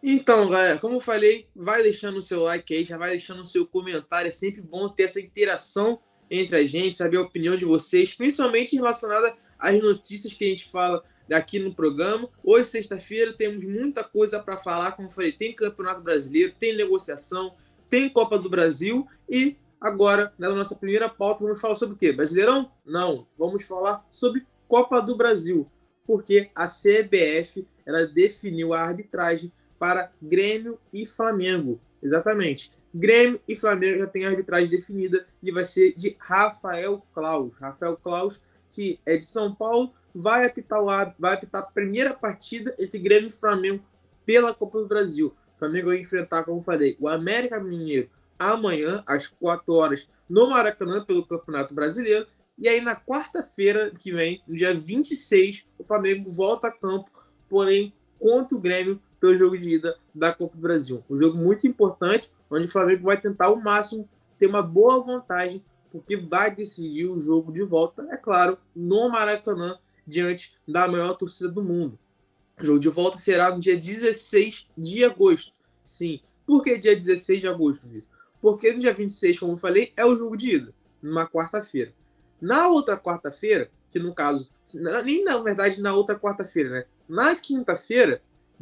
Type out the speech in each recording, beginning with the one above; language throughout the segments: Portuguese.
Então, galera, como eu falei, vai deixando o seu like aí, já vai deixando o seu comentário. É sempre bom ter essa interação entre a gente, saber a opinião de vocês, principalmente relacionada às notícias que a gente fala aqui no programa. Hoje, sexta-feira, temos muita coisa para falar. Como eu falei, tem Campeonato Brasileiro, tem negociação, tem Copa do Brasil e agora, na nossa primeira pauta, vamos falar sobre o quê? Brasileirão? Não, vamos falar sobre Copa do Brasil, porque a CBF ela definiu a arbitragem para Grêmio e Flamengo. Exatamente. Grêmio e Flamengo já tem a arbitragem definida e vai ser de Rafael Claus. Rafael Claus, que é de São Paulo, vai apitar a primeira partida entre Grêmio e Flamengo pela Copa do Brasil. O Flamengo vai enfrentar, como falei, o América Mineiro amanhã, às 4 horas, no Maracanã, pelo Campeonato Brasileiro. E aí, na quarta-feira que vem, no dia 26, o Flamengo volta a campo, porém, contra o Grêmio, pelo jogo de ida da Copa do Brasil. Um jogo muito importante, onde o Flamengo vai tentar ao máximo ter uma boa vantagem, porque vai decidir o jogo de volta, é claro, no Maracanã, diante da maior torcida do mundo. O jogo de volta será no dia 16 de agosto. Sim. Por que dia 16 de agosto, Vitor? Porque no dia 26, como eu falei, é o jogo de ida, numa quarta-feira. Na outra quarta-feira, que no caso, nem na verdade na outra quarta-feira, né? Na quinta-feira,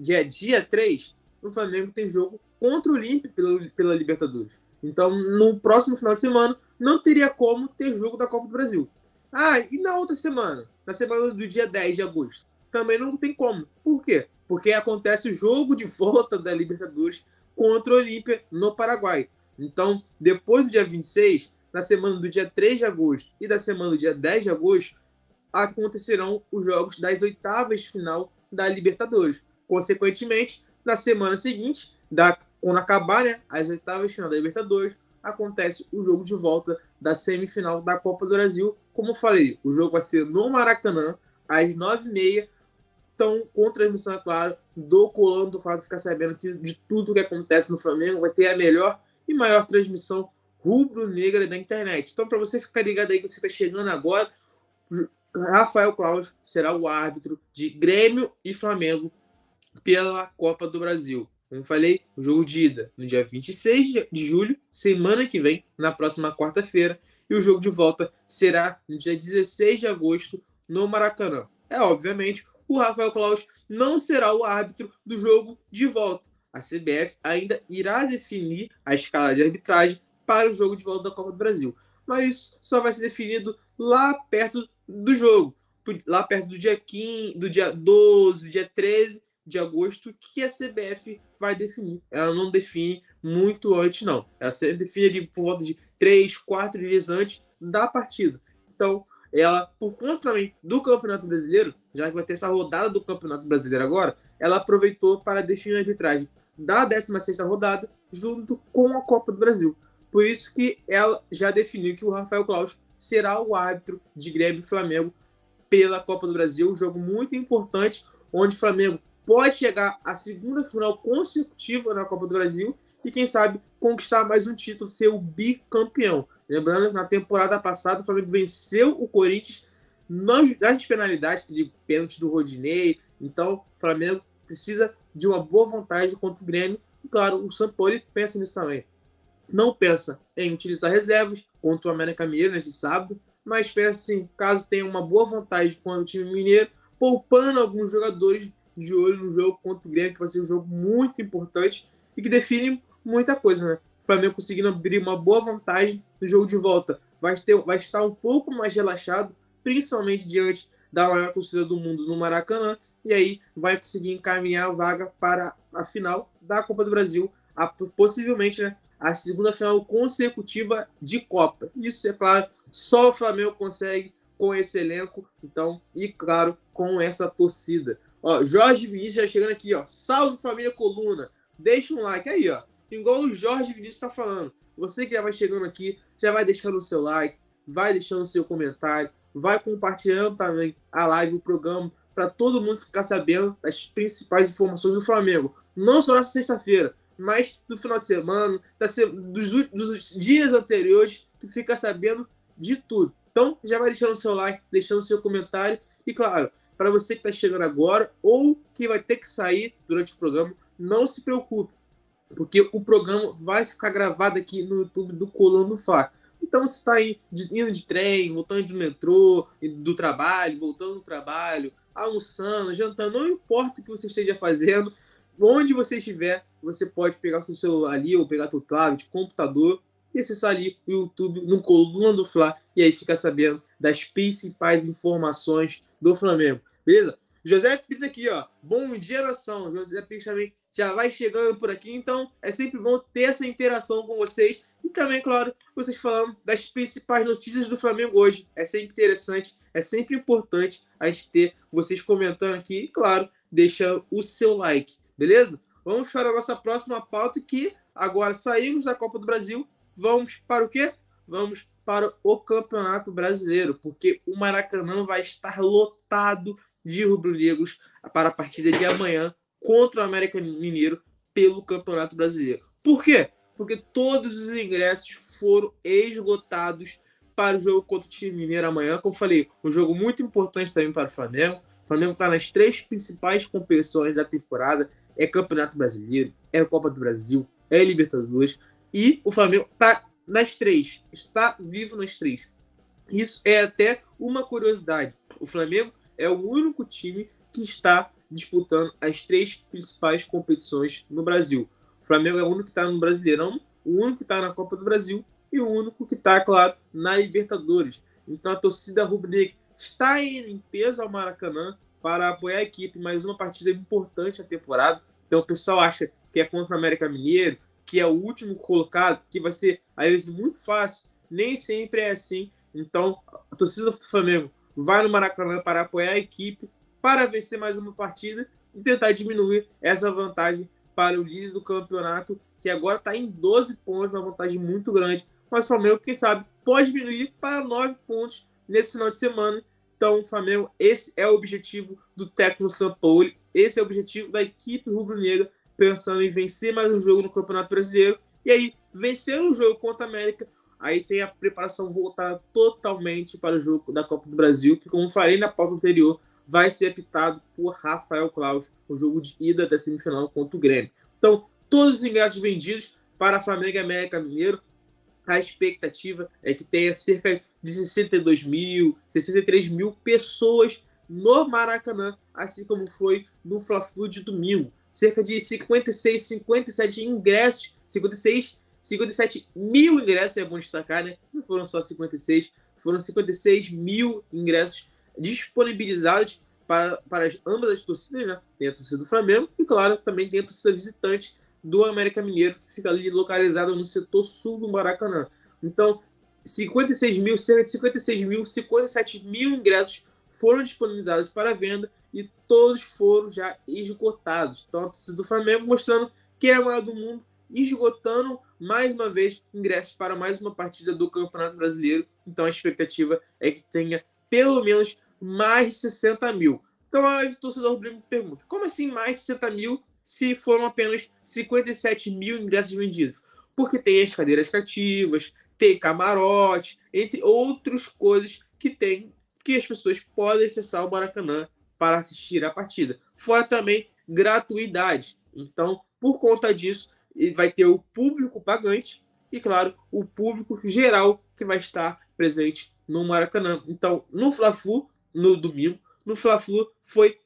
dia 3, o Flamengo tem jogo contra o Olímpia pela Libertadores. Então, no próximo final de semana, não teria como ter jogo da Copa do Brasil. Ah, e na outra semana? Na semana do dia 10 de agosto? Também não tem como. Por quê? Porque acontece o jogo de volta da Libertadores contra o Olímpia no Paraguai. Então, depois do dia 26, na semana do dia 3 de agosto e da semana do dia 10 de agosto, acontecerão os jogos das oitavas de final da Libertadores. Consequentemente, na semana seguinte, quando acabar, né, as oitavas de final da Libertadores, acontece o jogo de volta da semifinal da Copa do Brasil. Como eu falei, o jogo vai ser no Maracanã, às 9h30. Então, com transmissão, é claro, do Colando do Fato ficar sabendo que de tudo que acontece no Flamengo vai ter a melhor e maior transmissão rubro-negra da internet. Então, para você ficar ligado aí que você está chegando agora, Rafael Claus será o árbitro de Grêmio e Flamengo pela Copa do Brasil. Como falei, o jogo de ida no dia 26 de julho, semana que vem, na próxima quarta-feira, e o jogo de volta será no dia 16 de agosto, no Maracanã. Obviamente, o Rafael Claus não será o árbitro do jogo de volta. A CBF ainda irá definir a escala de arbitragem para o jogo de volta da Copa do Brasil. Mas isso só vai ser definido lá perto do jogo, lá perto do dia 15, do dia 12, dia 13 de agosto, que a CBF vai definir. Ela não define muito antes, não. Ela define ali por volta de 3, 4 dias antes da partida. Então, ela, por conta também do Campeonato Brasileiro, já que vai ter essa rodada do Campeonato Brasileiro agora, ela aproveitou para definir a arbitragem da 16ª rodada junto com a Copa do Brasil. Por isso que ela já definiu que o Rafael Claus será o árbitro de Grêmio e Flamengo pela Copa do Brasil, um jogo muito importante, onde o Flamengo pode chegar à segunda final consecutiva na Copa do Brasil e, quem sabe, conquistar mais um título, ser o bicampeão. Lembrando que na temporada passada o Flamengo venceu o Corinthians nas penalidades, de pênalti do Rodinei. Então, o Flamengo precisa de uma boa vantagem contra o Grêmio. E, claro, o Sampaoli pensa nisso também. Não pensa em utilizar reservas contra o América Mineiro nesse sábado, mas pensa assim, caso tenha uma boa vantagem contra o time mineiro, poupando alguns jogadores de olho no jogo contra o Grêmio, que vai ser um jogo muito importante e que define muita coisa, né? O Flamengo conseguindo abrir uma boa vantagem no jogo de volta vai estar um pouco mais relaxado, principalmente diante da maior torcida do mundo no Maracanã, e aí vai conseguir encaminhar a vaga para a final da Copa do Brasil, possivelmente, né, a segunda final consecutiva de Copa. Isso, é claro, só o Flamengo consegue com esse elenco, então, e claro, com essa torcida. Ó, Jorge Vinícius já chegando aqui, ó. Salve, família Coluna. Deixa um like aí, ó. Igual o Jorge Vinícius está falando. Você que já vai chegando aqui, já vai deixando o seu like, vai deixando o seu comentário, vai compartilhando também a live, o programa, para todo mundo ficar sabendo das principais informações do Flamengo. Não só nessa sexta-feira, mas do final de semana, dos dias anteriores, tu fica sabendo de tudo. Então, já vai deixando o seu like, deixando o seu comentário e, claro, para você que está chegando agora ou que vai ter que sair durante o programa, não se preocupe, porque o programa vai ficar gravado aqui no YouTube do Coluna do Fla. Então você está indo de trem, voltando de metrô, do trabalho, voltando do trabalho, almoçando, jantando, não importa o que você esteja fazendo, onde você estiver, você pode pegar seu celular ali ou pegar seu tablet, computador e acessar ali o YouTube no Coluna do Fla e aí fica sabendo das principais informações do Flamengo, beleza? José Pires aqui, ó. Bom dia, nação. José Pires também já vai chegando por aqui, então é sempre bom ter essa interação com vocês e também, claro, vocês falando das principais notícias do Flamengo hoje. É sempre interessante, é sempre importante a gente ter vocês comentando aqui e, claro, deixando o seu like, beleza? Vamos para a nossa próxima pauta que agora saímos da Copa do Brasil, vamos para o quê? Vamos para o Campeonato Brasileiro, porque o Maracanã vai estar lotado de rubro-negros para a partida de amanhã contra o América Mineiro pelo Campeonato Brasileiro. Por quê? Porque todos os ingressos foram esgotados para o jogo contra o time mineiro amanhã. Como falei, um jogo muito importante também para o Flamengo. O Flamengo está nas 3 principais competições da temporada. É Campeonato Brasileiro, é Copa do Brasil, é Libertadores. E o Flamengo está nas 3. Está vivo nas 3. Isso é até uma curiosidade. O Flamengo é o único time que está disputando as 3 principais competições no Brasil. O Flamengo é o único que está no Brasileirão, o único que está na Copa do Brasil e o único que está, claro, na Libertadores. Então a torcida rubro-negra está em peso ao Maracanã para apoiar a equipe, mais uma partida importante na temporada. Então o pessoal acha que é contra o América Mineiro, que é o último colocado, que vai ser, às vezes, muito fácil. Nem sempre é assim. Então a torcida do Flamengo vai no Maracanã para apoiar a equipe, para vencer mais uma partida e tentar diminuir essa vantagem para o líder do campeonato, que agora está em 12 pontos, uma vantagem muito grande. Mas o Flamengo, quem sabe, pode diminuir para 9 pontos nesse final de semana. Então, o Flamengo, esse é o objetivo do técnico Sampaoli, esse é o objetivo da equipe rubro-negra, pensando em vencer mais um jogo no Campeonato Brasileiro. E aí, vencer um jogo contra a América, aí tem a preparação voltada totalmente para o jogo da Copa do Brasil, que, como falei na pauta anterior, vai ser apitado por Rafael Claus, o jogo de ida da semifinal contra o Grêmio. Então, todos os ingressos vendidos para Flamengo e América Mineiro. A expectativa é que tenha cerca de 62 mil, 63 mil pessoas no Maracanã, assim como foi no Fla-Flu de domingo. Cerca de 56, 57 ingressos, 57 mil ingressos, é bom destacar, né? Não foram só 56, foram 56 mil ingressos disponibilizados para ambas as torcidas, né? Tem a torcida do Flamengo e, claro, também tem a torcida visitante do América Mineiro, que fica ali localizada no setor sul do Maracanã. Então, 56 mil, cerca de 56 mil, 57 mil ingressos foram disponibilizados para venda e todos foram já esgotados. Então, a torcida do Flamengo mostrando que é a maior do mundo, esgotando mais uma vez ingressos para mais uma partida do Campeonato Brasileiro. Então, a expectativa é que tenha pelo menos mais de 60 mil. Então, a torcedor rubro-negro pergunta, como assim mais de 60 mil se foram apenas 57 mil ingressos vendidos? Porque tem as cadeiras cativas, tem camarote, entre outras coisas que as pessoas podem acessar o Maracanã para assistir a partida. Fora também gratuidade. Então, por conta disso, vai ter o público pagante e, claro, o público geral que vai estar presente no Maracanã. Então, no Fla-Flu, no domingo, no Fla-Flu foi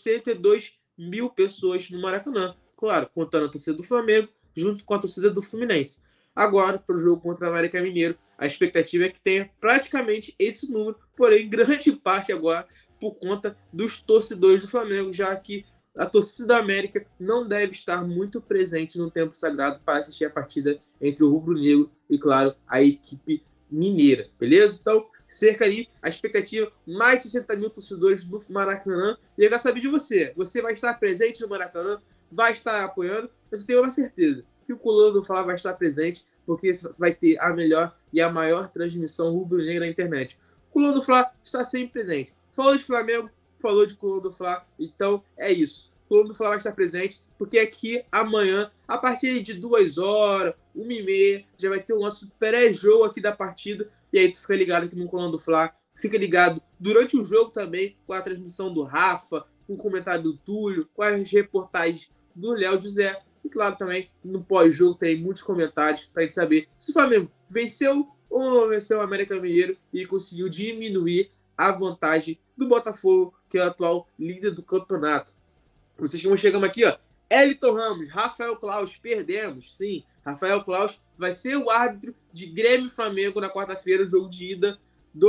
62 mil pessoas no Maracanã. Claro, contando a torcida do Flamengo junto com a torcida do Fluminense. Agora, para o jogo contra o América Mineiro, a expectativa é que tenha praticamente esse número, porém, grande parte agora por conta dos torcedores do Flamengo, já que a torcida da América não deve estar muito presente no tempo sagrado para assistir a partida entre o rubro-negro e, claro, a equipe mineira, beleza? Então, cerca ali, a expectativa, mais de 60 mil torcedores no Maracanã. E eu quero saber de você. Você vai estar presente no Maracanã? Vai estar apoiando? Mas eu tenho uma certeza que o Coluna do Fla vai estar presente, porque vai ter a melhor e a maior transmissão rubro-negra na internet. O Coluna do Fla está sempre presente. Falou de Flamengo, falou de Coluna do Fla, então é isso. O Coluna do Fla vai estar presente, porque aqui amanhã, a partir de 2 horas, 1h30, já vai ter o nosso pré-jogo aqui da partida, e aí tu fica ligado aqui no Coluna do Fla, fica ligado durante o jogo também, com a transmissão do Rafa, com o comentário do Túlio, com as reportagens do Léo José. E claro, também no pós-jogo tem muitos comentários para a gente saber se o Flamengo venceu ou não venceu o América Mineiro e conseguiu diminuir a vantagem do Botafogo, que é o atual líder do campeonato. Vocês chegamos aqui, ó. Elton Ramos, Rafael Claus, perdemos. Sim, Rafael Claus vai ser o árbitro de Grêmio e Flamengo na quarta-feira, o jogo de ida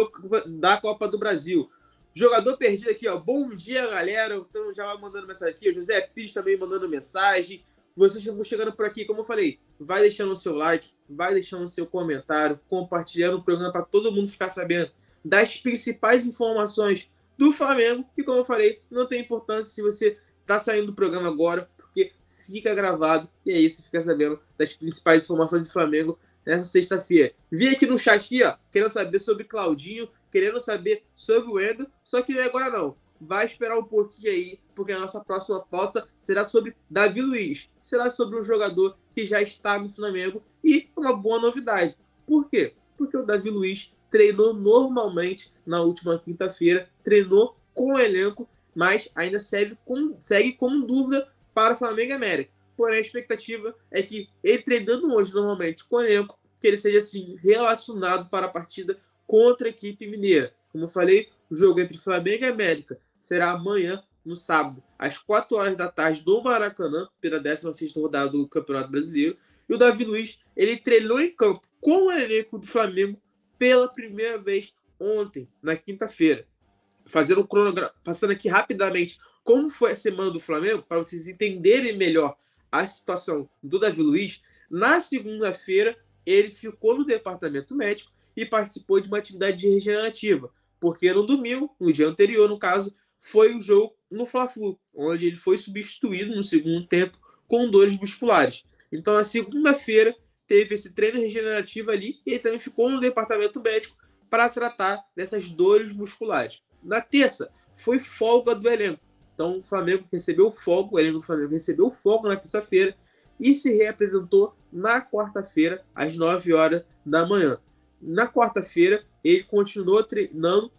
da Copa do Brasil. Jogador perdido aqui, ó. Bom dia, galera. Então já vai mandando mensagem aqui. O José Pires também mandando mensagem. Vocês estão chegando por aqui, como eu falei, vai deixando o seu like, vai deixando o seu comentário, compartilhando o programa para todo mundo ficar sabendo das principais informações do Flamengo. E como eu falei, não tem importância se você está saindo do programa agora, porque fica gravado e aí você fica sabendo das principais informações do Flamengo nessa sexta-feira. Vi aqui no chat aqui, ó, querendo saber sobre Claudinho, querendo saber sobre o Wendel, só que não é agora não. Vai esperar um pouquinho aí, porque a nossa próxima pauta será sobre Davi Luiz. Será sobre um jogador que já está no Flamengo e uma boa novidade. Por quê? Porque o Davi Luiz treinou normalmente na última quinta-feira, treinou com o elenco, mas ainda segue como dúvida para o Flamengo e América. Porém, a expectativa é que ele treinando hoje normalmente com o elenco, que ele seja assim relacionado para a partida contra a equipe mineira. Como eu falei, o jogo entre Flamengo e América será amanhã, no sábado, às 4 horas da tarde, no Maracanã, pela 16ª rodada do Campeonato Brasileiro. E o Davi Luiz, ele treinou em campo com o elenco do Flamengo pela primeira vez ontem, na quinta-feira. Fazendo um cronograma, passando aqui rapidamente como foi a semana do Flamengo, para vocês entenderem melhor a situação do Davi Luiz. Na segunda-feira, ele ficou no departamento médico e participou de uma atividade regenerativa, porque no domingo, no dia anterior, no caso, foi o jogo no Fla-Flu, onde ele foi substituído no segundo tempo com dores musculares. Então, na segunda-feira, teve esse treino regenerativo ali e ele também ficou no departamento médico para tratar dessas dores musculares. Na terça, foi folga do elenco. Então, o Flamengo recebeu folga, o elenco do Flamengo recebeu folga na terça-feira e se reapresentou na quarta-feira, às 9 horas da manhã. Na quarta-feira, ele continuou treinando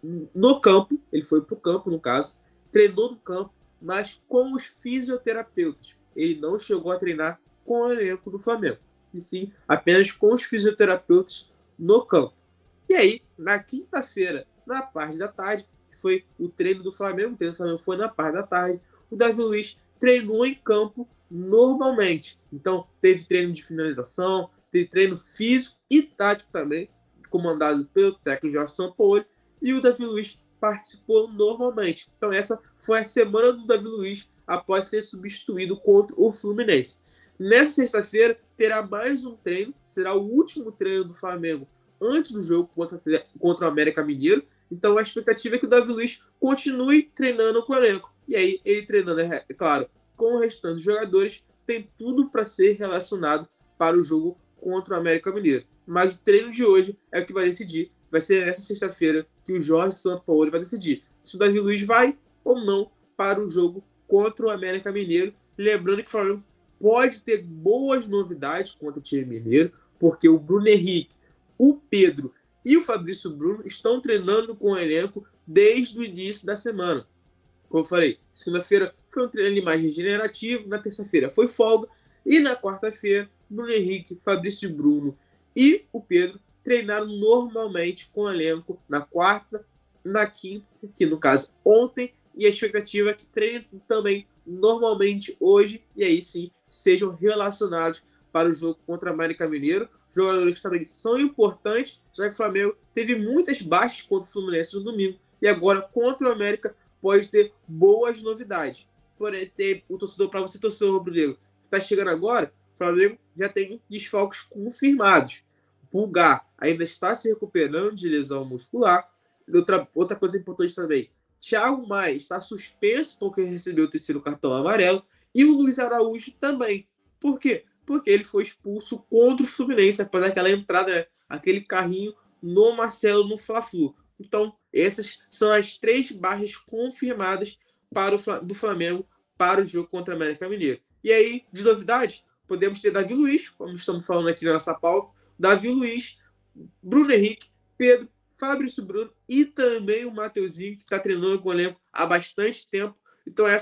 no campo, ele foi para o campo, no caso, treinou no campo, mas com os fisioterapeutas. Ele não chegou a treinar com o elenco do Flamengo, e sim apenas com os fisioterapeutas no campo. E aí, na quinta-feira, na parte da tarde, que foi o treino do Flamengo, o treino do Flamengo foi na parte da tarde, o Davi Luiz treinou em campo normalmente. Então, teve treino de finalização, teve treino físico e tático também, comandado pelo técnico Jorge Sampaoli, e o Davi Luiz participou normalmente. Então, essa foi a semana do Davi Luiz após ser substituído contra o Fluminense. Nessa sexta-feira, terá mais um treino, será o último treino do Flamengo antes do jogo contra o América Mineiro. Então, a expectativa é que o Davi Luiz continue treinando com o elenco. E aí, ele treinando, é claro, com o restante dos jogadores, tem tudo para ser relacionado para o jogo contra o América Mineiro. Mas o treino de hoje é o que vai decidir. Vai ser nessa sexta-feira que o Jorge Sampaoli vai decidir se o Davi Luiz vai ou não para o jogo contra o América Mineiro. Lembrando que o Flamengo pode ter boas novidades contra o time mineiro, porque o Bruno Henrique, o Pedro e o Fabrício Bruno estão treinando com o elenco desde o início da semana. Como eu falei, segunda-feira foi um treino mais regenerativo, na terça-feira foi folga, e na quarta-feira, Bruno Henrique, Fabrício Bruno e o Pedro treinaram normalmente com o elenco na quarta, na quinta, que no caso ontem, e a expectativa é que treinem também normalmente hoje, e aí sim sejam relacionados para o jogo contra o América Mineiro. Jogadores que também são importantes, já que o Flamengo teve muitas baixas contra o Fluminense no domingo, e agora contra o América pode ter boas novidades. Porém, tem o torcedor, para você, torcedor rubro-negro, que está chegando agora, o Flamengo já tem desfalques confirmados. O Pulgar ainda está se recuperando de lesão muscular. Outra coisa importante também, Thiago Maia está suspenso porque recebeu o terceiro cartão amarelo, e o Luiz Araújo também. Por quê? Porque ele foi expulso contra o Fluminense após aquela entrada, aquele carrinho no Marcelo no Fla-Flu. Então, essas são as 3 baixas confirmadas do Flamengo para o jogo contra o América Mineiro. E aí, de novidades, podemos ter Davi Luiz, como estamos falando aqui na nossa pauta, Davi Luiz, Bruno Henrique, Pedro, Fabrício Bruno e também o Mateuzinho, que está treinando com o elenco há bastante tempo. Então, essas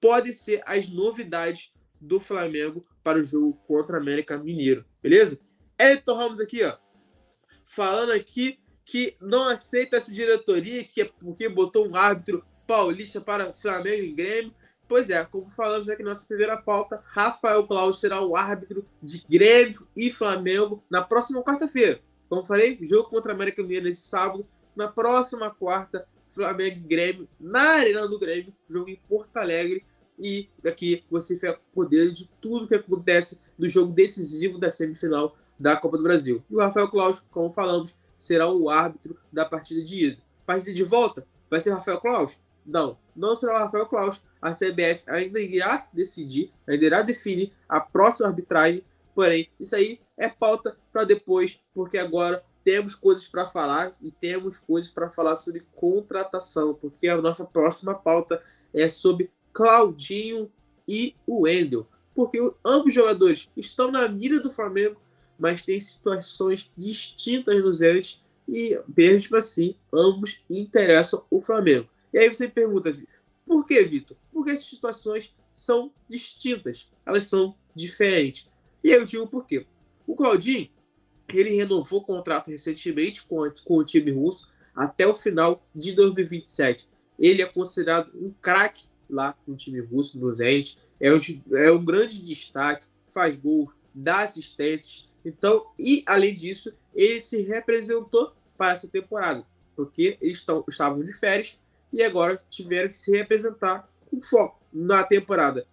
podem ser as novidades do Flamengo para o jogo contra o América Mineiro, beleza? Elton Ramos aqui, ó, falando aqui que não aceita essa diretoria, que é porque botou um árbitro paulista para Flamengo e Grêmio. Pois é, como falamos aqui na nossa primeira pauta, Rafael Claus será o árbitro de Grêmio e Flamengo na próxima quarta-feira. Como falei, jogo contra a América Mineiro nesse sábado. Na próxima quarta, Flamengo e Grêmio, na Arena do Grêmio, jogo em Porto Alegre. E aqui você fica por dentro de tudo que acontece no jogo decisivo da semifinal da Copa do Brasil. E o Rafael Claus, como falamos, será o árbitro da partida de ida. Partida de volta, vai ser o Rafael Claus? Não, não será o Rafael Claus. A CBF ainda irá decidir, ainda irá definir a próxima arbitragem. Porém, isso aí é pauta para depois, porque agora temos coisas para falar e temos coisas para falar sobre contratação, porque a nossa próxima pauta é sobre Claudinho e o Wendel, porque ambos jogadores estão na mira do Flamengo, mas têm situações distintas nos Zenit e, mesmo assim, ambos interessam o Flamengo. E aí você me pergunta, por que, Vitor? Porque essas situações são distintas, elas são diferentes. E aí eu digo por quê. O Claudinho, ele renovou o contrato recentemente com o time russo até o final de 2027. Ele é considerado um craque lá no time russo, no Zenit. É um grande destaque, faz gols, dá assistências. Então, e além disso, ele se representou para essa temporada, porque eles estavam de férias e agora tiveram que se representar com foco na temporada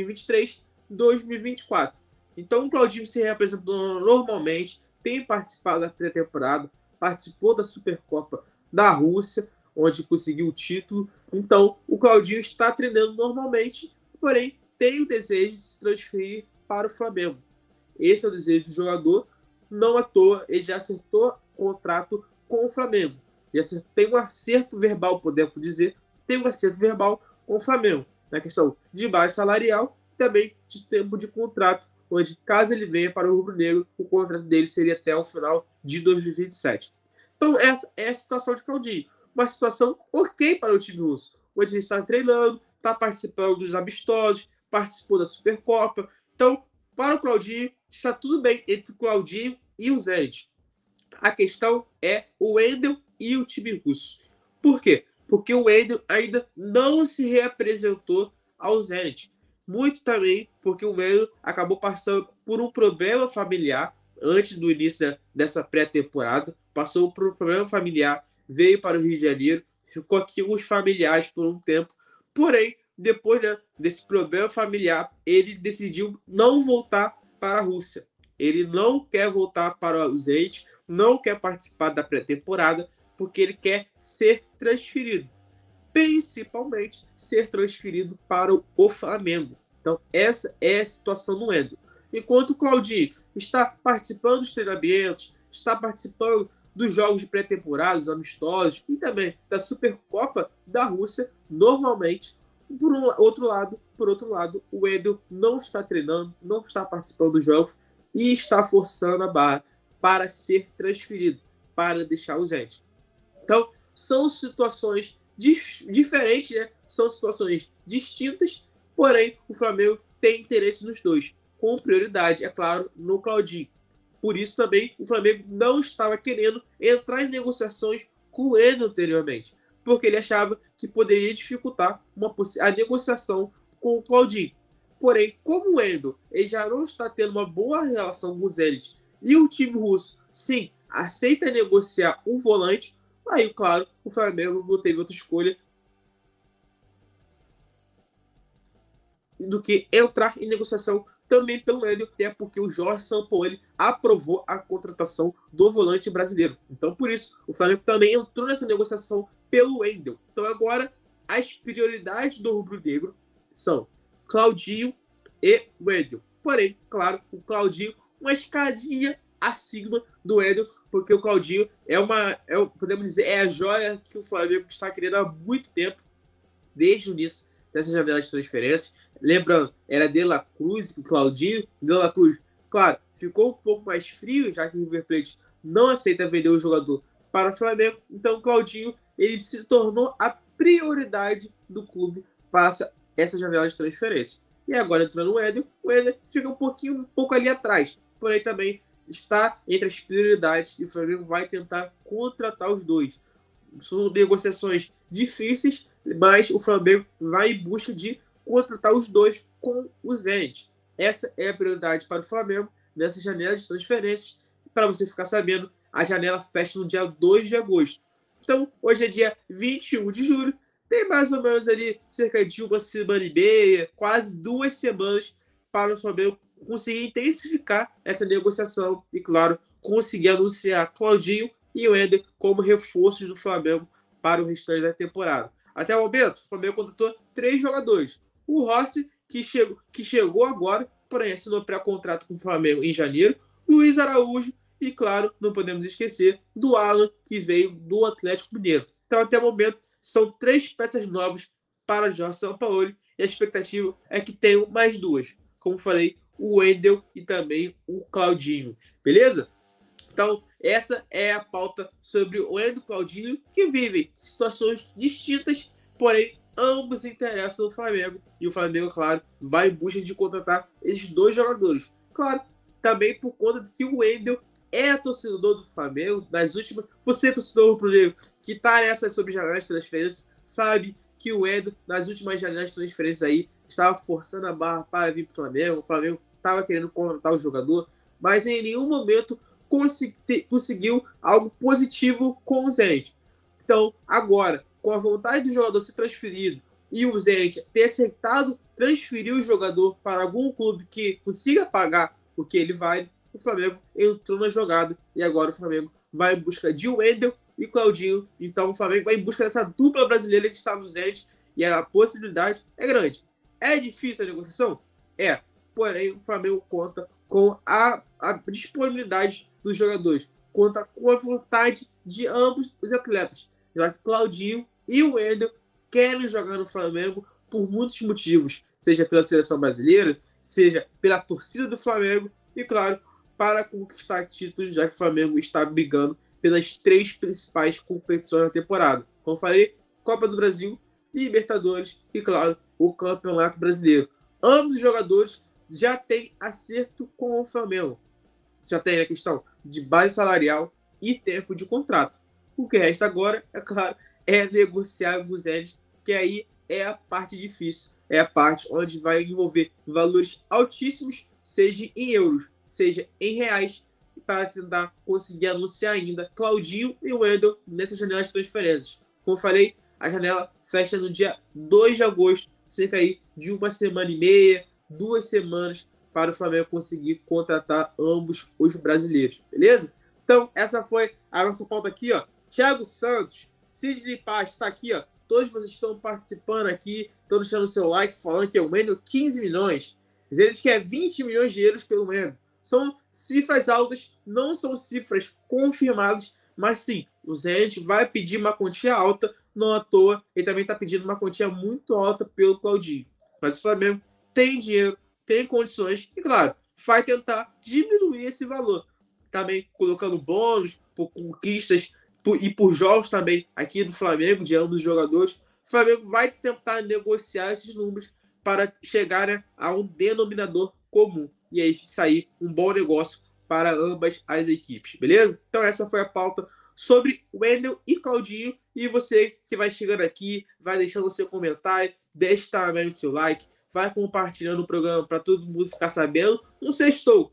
2023-2024. Então, o Claudinho se representou normalmente, tem participado da pré-temporada, participou da Supercopa da Rússia, onde conseguiu o título. Então, o Claudinho está treinando normalmente, porém, tem o desejo de se transferir para o Flamengo. Esse é o desejo do jogador. Não à toa, ele já acertou contrato com o Flamengo. Tem um acerto verbal, podemos dizer, tem um acerto verbal com o Flamengo, na questão de base salarial e também de tempo de contrato, onde, caso ele venha para o rubro-negro, o contrato dele seria até o final de 2027. Então, essa é a situação de Claudinho. Uma situação ok para o time russo, onde ele está treinando, está participando dos amistosos, participou da Supercopa. Então, para o Claudinho, está tudo bem entre o Claudinho e o Zenit. A questão é o Wendel e o time russo. Por quê? Porque o Wendel ainda não se reapresentou ao Zenit. Muito também porque o Wendel acabou passando por um problema familiar antes do início dessa pré-temporada. Passou por um problema familiar, veio para o Rio de Janeiro, ficou aqui com os familiares por um tempo. Porém, depois desse problema familiar, ele decidiu não voltar para a Rússia. Ele não quer voltar para o Zenit, não quer participar da pré-temporada, porque ele quer ser transferido. Principalmente ser transferido para o Flamengo. Então, essa é a situação do Wendel. Enquanto o Claudinho está participando dos treinamentos, está participando dos jogos de pré-temporada, dos amistosos e também da Supercopa da Rússia, normalmente, por outro lado, o Wendel não está treinando, não está participando dos jogos e está forçando a barra para ser transferido, para deixar o Zenit. Então, são situações diferentes, né? São situações distintas, porém, o Flamengo tem interesse nos dois, com prioridade, é claro, no Claudinho. Por isso também o Flamengo não estava querendo entrar em negociações com o Wendel anteriormente, porque ele achava que poderia dificultar a negociação com o Claudinho. Porém, como o Wendel ele já não está tendo uma boa relação com o Zenit e o time russo, sim, aceita negociar um volante, aí, claro, o Flamengo não teve outra escolha do que entrar em negociação também pelo Wendel, até porque o Jorge Sampaoli aprovou a contratação do volante brasileiro. Então, por isso, o Flamengo também entrou nessa negociação pelo Wendel. Então, agora, as prioridades do rubro-negro são Claudinho e Wendel. Porém, claro, o Claudinho, uma escadinha acima do Wendel, porque o Claudinho podemos dizer, é a joia que o Flamengo está querendo há muito tempo, desde o início dessa janela de transferência. Lembrando, era De La Cruz e o Claudinho. De La Cruz, claro, ficou um pouco mais frio, já que o River Plate não aceita vender o jogador para o Flamengo. Então, o Claudinho ele se tornou a prioridade do clube para essa janela de transferência. E agora entrando o Éder fica um pouco ali atrás, porém também está entre as prioridades e o Flamengo vai tentar contratar os dois. São negociações difíceis, mas o Flamengo vai em busca de contratar os dois com o Zenit. Essa é a prioridade para o Flamengo nessa janela de transferências. Para você ficar sabendo, a janela fecha no dia 2 de agosto. Então, hoje é dia 21 de julho, tem mais ou menos ali cerca de uma semana e meia, quase 2 semanas para o Flamengo conseguir intensificar essa negociação e, claro, conseguir anunciar Claudinho e o Éder como reforços do Flamengo para o restante da temporada. Até o momento, o Flamengo contratou 3 jogadores. O Rossi, que chegou agora, porém assinou pré-contrato com o Flamengo em janeiro. Luiz Araújo e, claro, não podemos esquecer do Alan, que veio do Atlético Mineiro. Então, até o momento, são 3 peças novas para o Jorge Sampaoli e a expectativa é que tenham mais 2. Como falei, o Wendel e também o Claudinho. Beleza? Então, essa é a pauta sobre o Wendel e o Claudinho, que vivem situações distintas, porém, ambos interessam o Flamengo. E o Flamengo, claro, vai em busca de contratar esses 2 jogadores. Claro, também por conta de que o Wendel é torcedor do Flamengo. Nas últimas, você, torcedor rubro-negro, que está nessa sobre janelas de transferência, sabe que o Wendel, nas últimas janelas de transferência aí, estava forçando a barra para vir para o Flamengo. O Flamengo estava querendo contratar o jogador, mas em nenhum momento conseguiu algo positivo com o Zenit. Então, agora, com a vontade do jogador ser transferido e o Zenit ter aceitado transferir o jogador para algum clube que consiga pagar o que ele vale, o Flamengo entrou na jogada e agora o Flamengo vai em busca de Wendel e Claudinho. Então o Flamengo vai em busca dessa dupla brasileira que está no Zenit e a possibilidade é grande. É difícil a negociação? É. Porém, o Flamengo conta com a disponibilidade dos jogadores, conta com a vontade de ambos os atletas, já que Claudinho e o Wendel querem jogar no Flamengo por muitos motivos, seja pela seleção brasileira, seja pela torcida do Flamengo e, claro, para conquistar títulos, já que o Flamengo está brigando pelas 3 principais competições da temporada. Como falei, Copa do Brasil, Libertadores e, claro, o Campeonato Brasileiro. Ambos os jogadores já têm acerto com o Flamengo. Já tem a questão de base salarial e tempo de contrato. O que resta agora, é claro, é negociar o Zenit, que aí é a parte difícil. É a parte onde vai envolver valores altíssimos, seja em euros, seja em reais, para tentar conseguir anunciar ainda Claudinho e Wendel nessa janela de transferências. Como eu falei, a janela fecha no dia 2 de agosto, cerca aí de uma semana e meia, 2 semanas, para o Flamengo conseguir contratar ambos os brasileiros, beleza? Então, essa foi a nossa pauta aqui, ó. Thiago Santos, Sidney Paz, está aqui, ó. Todos vocês estão participando aqui, estão deixando o seu like, falando que é o Wendel 15 milhões. Zenit quer 20 milhões de euros pelo Wendel. São cifras altas, não são cifras confirmadas, mas sim, o Zenit vai pedir uma quantia alta, não à toa, ele também está pedindo uma quantia muito alta pelo Claudinho. Mas o Flamengo tem dinheiro, tem condições e, claro, vai tentar diminuir esse valor. Também colocando bônus por conquistas e por jogos também aqui do Flamengo, de ambos os jogadores. O Flamengo vai tentar negociar esses números para chegar, né, a um denominador comum. E aí sair um bom negócio para ambas as equipes, beleza? Então essa foi a pauta sobre Wendel e Claudinho. E você que vai chegando aqui, vai deixando o seu comentário, deixa também o seu like, vai compartilhando o programa para todo mundo ficar sabendo. Um sextou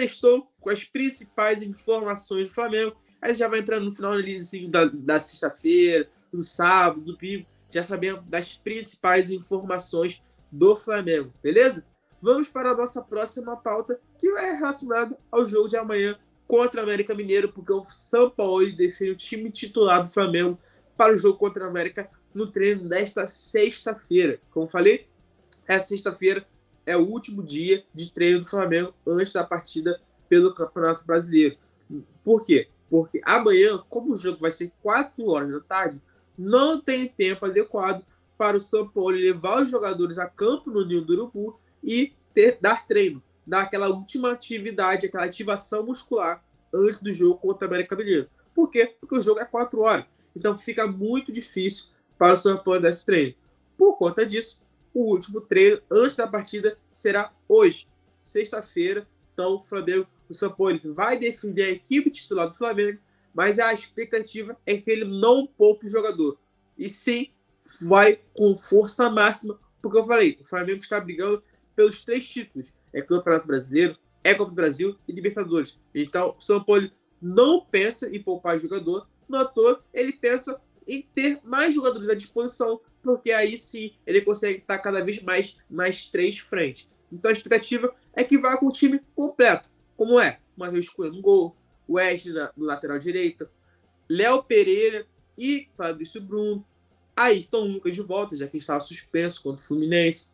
com as principais informações do Flamengo. Aí já vai entrando no final assim, da sexta-feira, do sábado, do domingo, já sabendo das principais informações do Flamengo, beleza? Vamos para a nossa próxima pauta, que é relacionada ao jogo de amanhã contra o América Mineiro, porque o São Paulo define o time titular do Flamengo para o jogo contra o América no treino desta sexta-feira. Como falei, essa sexta-feira é o último dia de treino do Flamengo antes da partida pelo Campeonato Brasileiro. Por quê? Porque amanhã, como o jogo vai ser 4 horas da tarde, não tem tempo adequado para o São Paulo levar os jogadores a campo no Ninho do Urubu e dar treino, dar aquela última atividade, aquela ativação muscular antes do jogo contra o América Mineiro. Por quê? Porque o jogo é 4 horas. Então fica muito difícil para o São Paulo dar esse treino. Por conta disso, o último treino antes da partida será hoje, sexta-feira. Então, o São Paulo vai defender a equipe titular do Flamengo, mas a expectativa é que ele não poupe o jogador. E sim, vai com força máxima, porque eu falei, o Flamengo está brigando pelos 3 títulos. É Campeonato Brasileiro, é Copa do Brasil e Libertadores. Então, o São Paulo não pensa em poupar jogador, no ator, ele pensa em ter mais jogadores à disposição, porque aí sim ele consegue estar cada vez mais 3 frentes. Então a expectativa é que vá com o time completo, como é Matheus Cunha no gol, Wesley no lateral direita, Léo Pereira e Fabrício Bruno, Ayrton Lucas de volta, já que estava suspenso contra o Fluminense,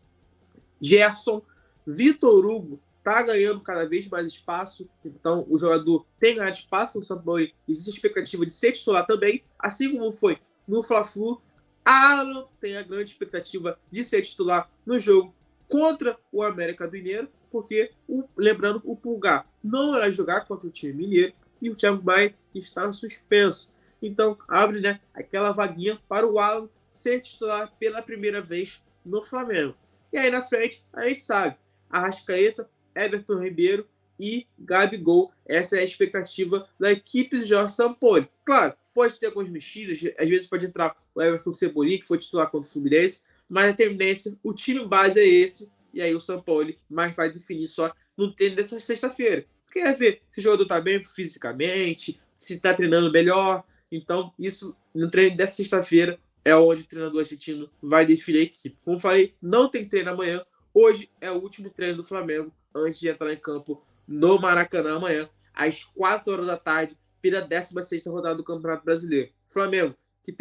Gerson, Vitor Hugo está ganhando cada vez mais espaço, então o jogador tem ganhado espaço no São Paulo, existe a expectativa de ser titular também, assim como foi no Fla-Flu. Alan tem a grande expectativa de ser titular no jogo contra o América Mineiro, porque, lembrando, o Pulgar não irá jogar contra o time mineiro e o Thiago Maia está suspenso. Então, abre, né, aquela vaguinha para o Alan ser titular pela primeira vez no Flamengo. E aí na frente, a gente sabe, Arrascaeta, Everton Ribeiro e Gabigol. Essa é a expectativa da equipe do Jorge Sampaoli. Claro, pode ter algumas mexidas, às vezes pode entrar o Everton Cebolinha, que foi titular contra o Fluminense, mas a tendência, o time base é esse, e aí o Sampaoli mais vai definir só no treino dessa sexta-feira. Quer ver se o jogador está bem fisicamente, se está treinando melhor. Então, isso no treino dessa sexta-feira é onde o treinador argentino vai definir a equipe. Como eu falei, não tem treino amanhã. Hoje é o último treino do Flamengo antes de entrar em campo no Maracanã amanhã, às 4 horas da tarde, pela 16ª rodada do Campeonato Brasileiro. Flamengo, que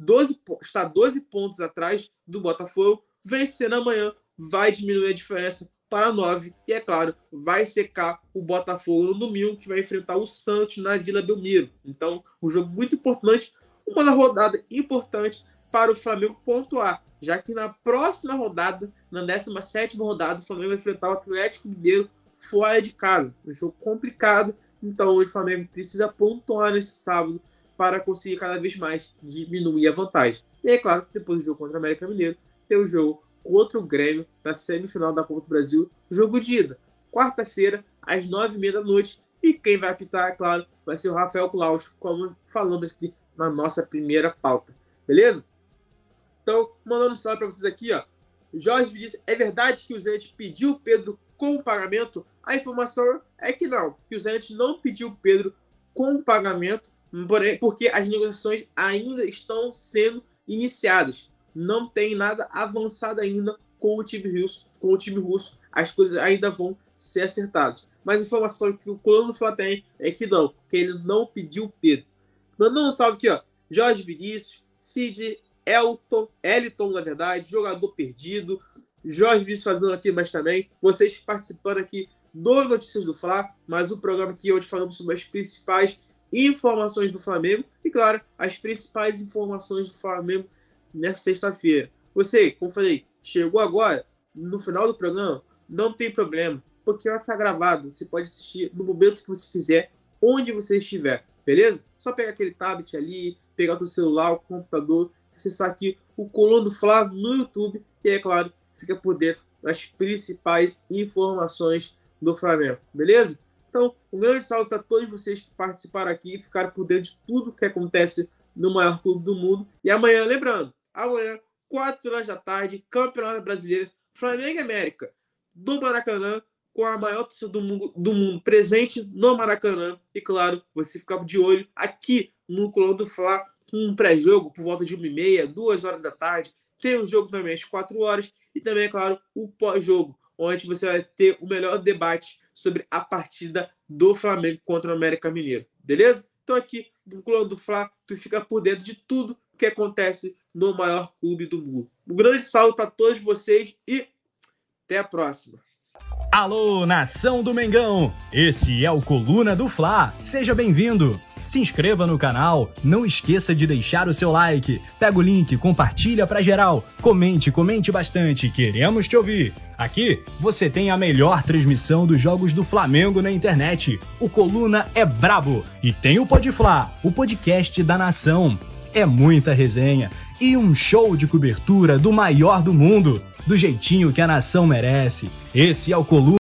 está 12 pontos atrás do Botafogo, vencendo amanhã, vai diminuir a diferença para 9 e, é claro, vai secar o Botafogo no domingo, que vai enfrentar o Santos na Vila Belmiro. Então, um jogo muito importante, uma rodada importante para o Flamengo pontuar, já que na próxima rodada, na 17ª rodada, o Flamengo vai enfrentar o Atlético Mineiro fora de casa. Um jogo complicado, então o Flamengo precisa pontuar nesse sábado para conseguir cada vez mais diminuir a vantagem. E é claro, depois do jogo contra o América Mineiro, tem o jogo contra o Grêmio na semifinal da Copa do Brasil, jogo de ida, quarta-feira, às 9h30 da noite, e quem vai apitar, é claro, vai ser o Rafael Claus, como falamos aqui na nossa primeira pauta. Beleza? Então, mandando um salve para vocês aqui, ó. Jorge Vinícius, é verdade que o Zenit pediu o Pedro com pagamento? A informação é que não, que o Zenit não pediu o Pedro com pagamento, porém, porque as negociações ainda estão sendo iniciadas. Não tem nada avançado ainda com o time russo. As coisas ainda vão ser acertadas. Mas a informação que o Coluna do Fla tem é que não, que ele não pediu o Pedro. Mandando um salve aqui, ó. Jorge Vinícius, Cid, Eliton, na verdade, jogador perdido. Jorge Vinícius fazendo aqui, mas também vocês participando aqui do Notícias do Fla, mais um programa aqui onde falamos sobre as principais informações do Flamengo e, claro, as principais informações do Flamengo nessa sexta-feira. Você, como falei, chegou agora, no final do programa, não tem problema, porque vai ficar gravado. Você pode assistir no momento que você quiser, onde você estiver, beleza? Só pegar aquele tablet ali, pegar o seu celular, o computador, acessar aqui o Coluna do Fla no YouTube e, é claro, fica por dentro das principais informações do Flamengo, beleza? Então, um grande salve para todos vocês que participaram aqui e ficaram por dentro de tudo que acontece no maior clube do mundo. E amanhã, lembrando, amanhã, 4 horas da tarde, Campeonato Brasileiro, Flamengo e América, do Maracanã, com a maior torcida do mundo presente no Maracanã. E, claro, você ficar de olho aqui no Coluna do Fla, com um pré-jogo por volta de 1h30, 2 horas da tarde. Tem um jogo também às 4 horas e também, é claro, o pós-jogo, onde você vai ter o melhor debate sobre a partida do Flamengo contra o América Mineiro. Beleza? Então aqui, no Coluna do Fla, tu fica por dentro de tudo que acontece no maior clube do mundo. Um grande salve para todos vocês e até a próxima. Alô, nação do Mengão! Esse é o Coluna do Fla. Seja bem-vindo! Se inscreva no canal, não esqueça de deixar o seu like, pega o link, compartilha pra geral, comente bastante, queremos te ouvir. Aqui você tem a melhor transmissão dos jogos do Flamengo na internet. O Coluna é brabo e tem o Podfla, o podcast da nação. É muita resenha e um show de cobertura do maior do mundo. do jeitinho que a nação merece. Esse é o Coluna